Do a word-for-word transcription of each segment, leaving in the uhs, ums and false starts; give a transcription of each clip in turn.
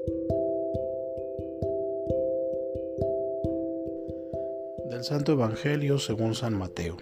Del Santo Evangelio según San Mateo.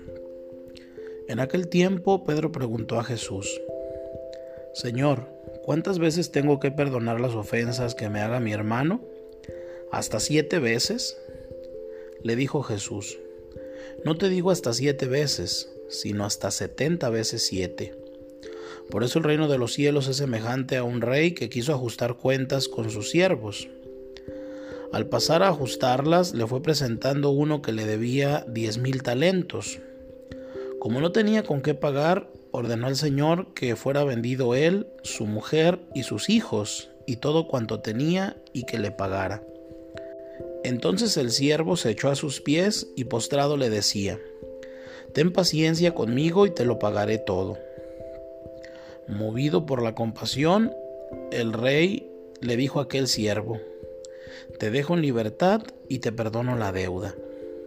En aquel tiempo Pedro preguntó a Jesús: Señor, ¿cuántas veces tengo que perdonar las ofensas que me haga mi hermano? ¿Hasta siete veces? Le dijo Jesús: No te digo hasta siete veces, sino hasta setenta veces siete. Por eso el reino de los cielos es semejante a un rey que quiso ajustar cuentas con sus siervos. Al pasar a ajustarlas, le fue presentando uno que le debía diez mil talentos. Como no tenía con qué pagar, ordenó al Señor que fuera vendido él, su mujer y sus hijos, y todo cuanto tenía, y que le pagara. Entonces el siervo se echó a sus pies y postrado le decía: Ten paciencia conmigo y te lo pagaré todo. Movido por la compasión, el rey le dijo a aquel siervo: Te dejo en libertad y te perdono la deuda.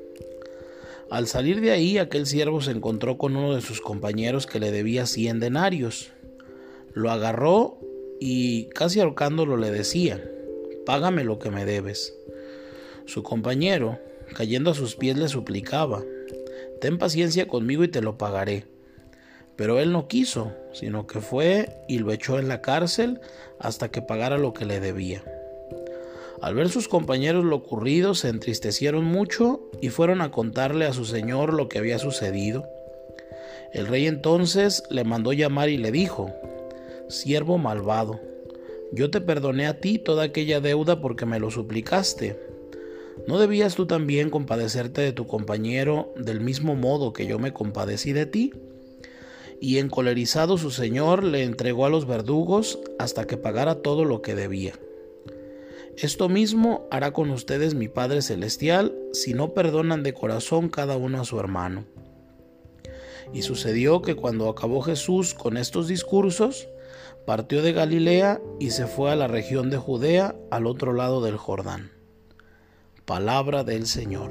Al salir de ahí, aquel siervo se encontró con uno de sus compañeros que le debía cien denarios. Lo agarró y, casi ahorcándolo, le decía: Págame lo que me debes. Su compañero, cayendo a sus pies, le suplicaba: Ten paciencia conmigo y te lo pagaré. Pero él no quiso, sino que fue y lo echó en la cárcel hasta que pagara lo que le debía. Al ver sus compañeros lo ocurrido, se entristecieron mucho y fueron a contarle a su señor lo que había sucedido. El rey entonces le mandó llamar y le dijo: Siervo malvado, yo te perdoné a ti toda aquella deuda porque me lo suplicaste. ¿No debías tú también compadecerte de tu compañero del mismo modo que yo me compadecí de ti? Y encolerizado su señor le entregó a los verdugos hasta que pagara todo lo que debía. Esto mismo hará con ustedes mi Padre Celestial si no perdonan de corazón cada uno a su hermano. Y sucedió que cuando acabó Jesús con estos discursos, partió de Galilea y se fue a la región de Judea, al otro lado del Jordán. Palabra del Señor.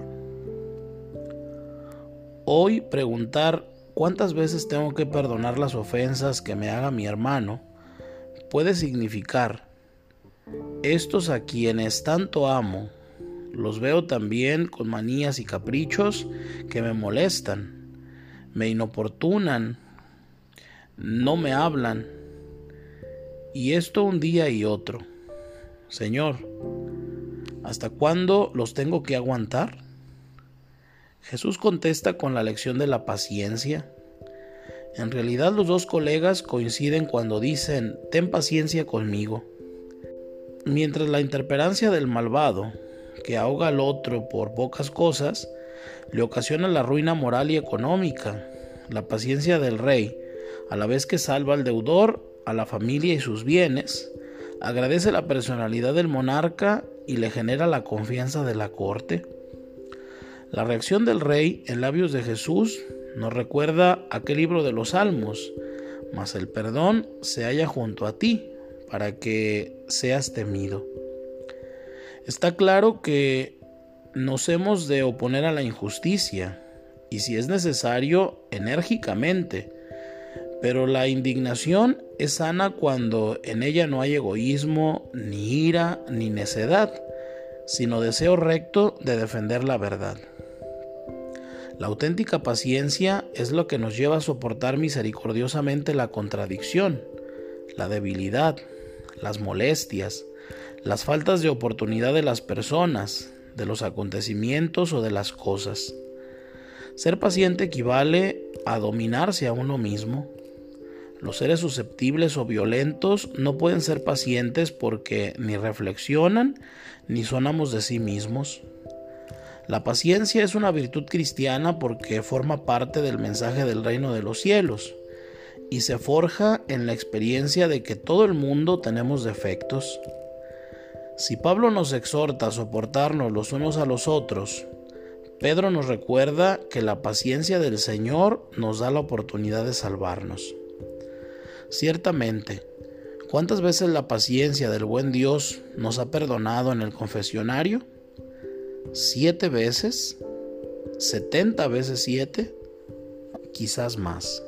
Hoy preguntar ¿cuántas veces tengo que perdonar las ofensas que me haga mi hermano? Puede significar: estos a quienes tanto amo, los veo también con manías y caprichos que me molestan, me inoportunan, no me hablan, y esto un día y otro. Señor, ¿hasta cuándo los tengo que aguantar? Jesús contesta con la lección de la paciencia. En realidad los dos colegas coinciden cuando dicen: Ten paciencia conmigo. Mientras la intemperancia del malvado, que ahoga al otro por pocas cosas, le ocasiona la ruina moral y económica, la paciencia del rey, a la vez que salva al deudor, a la familia y sus bienes, agradece la personalidad del monarca y le genera la confianza de la corte. La reacción del rey en labios de Jesús nos recuerda aquel libro de los Salmos: Mas el perdón se halla junto a ti, para que seas temido. Está claro que nos hemos de oponer a la injusticia, y si es necesario, enérgicamente, pero la indignación es sana cuando en ella no hay egoísmo, ni ira, ni necedad, sino deseo recto de defender la verdad. La auténtica paciencia es lo que nos lleva a soportar misericordiosamente la contradicción, la debilidad, las molestias, las faltas de oportunidad de las personas, de los acontecimientos o de las cosas. Ser paciente equivale a dominarse a uno mismo. Los seres susceptibles o violentos no pueden ser pacientes porque ni reflexionan ni son amos de sí mismos. La paciencia es una virtud cristiana porque forma parte del mensaje del reino de los cielos y se forja en la experiencia de que todo el mundo tenemos defectos. Si Pablo nos exhorta a soportarnos los unos a los otros, Pedro nos recuerda que la paciencia del Señor nos da la oportunidad de salvarnos. Ciertamente, ¿cuántas veces la paciencia del buen Dios nos ha perdonado en el confesionario? ¿Siete veces? ¿Setenta veces siete? Quizás más.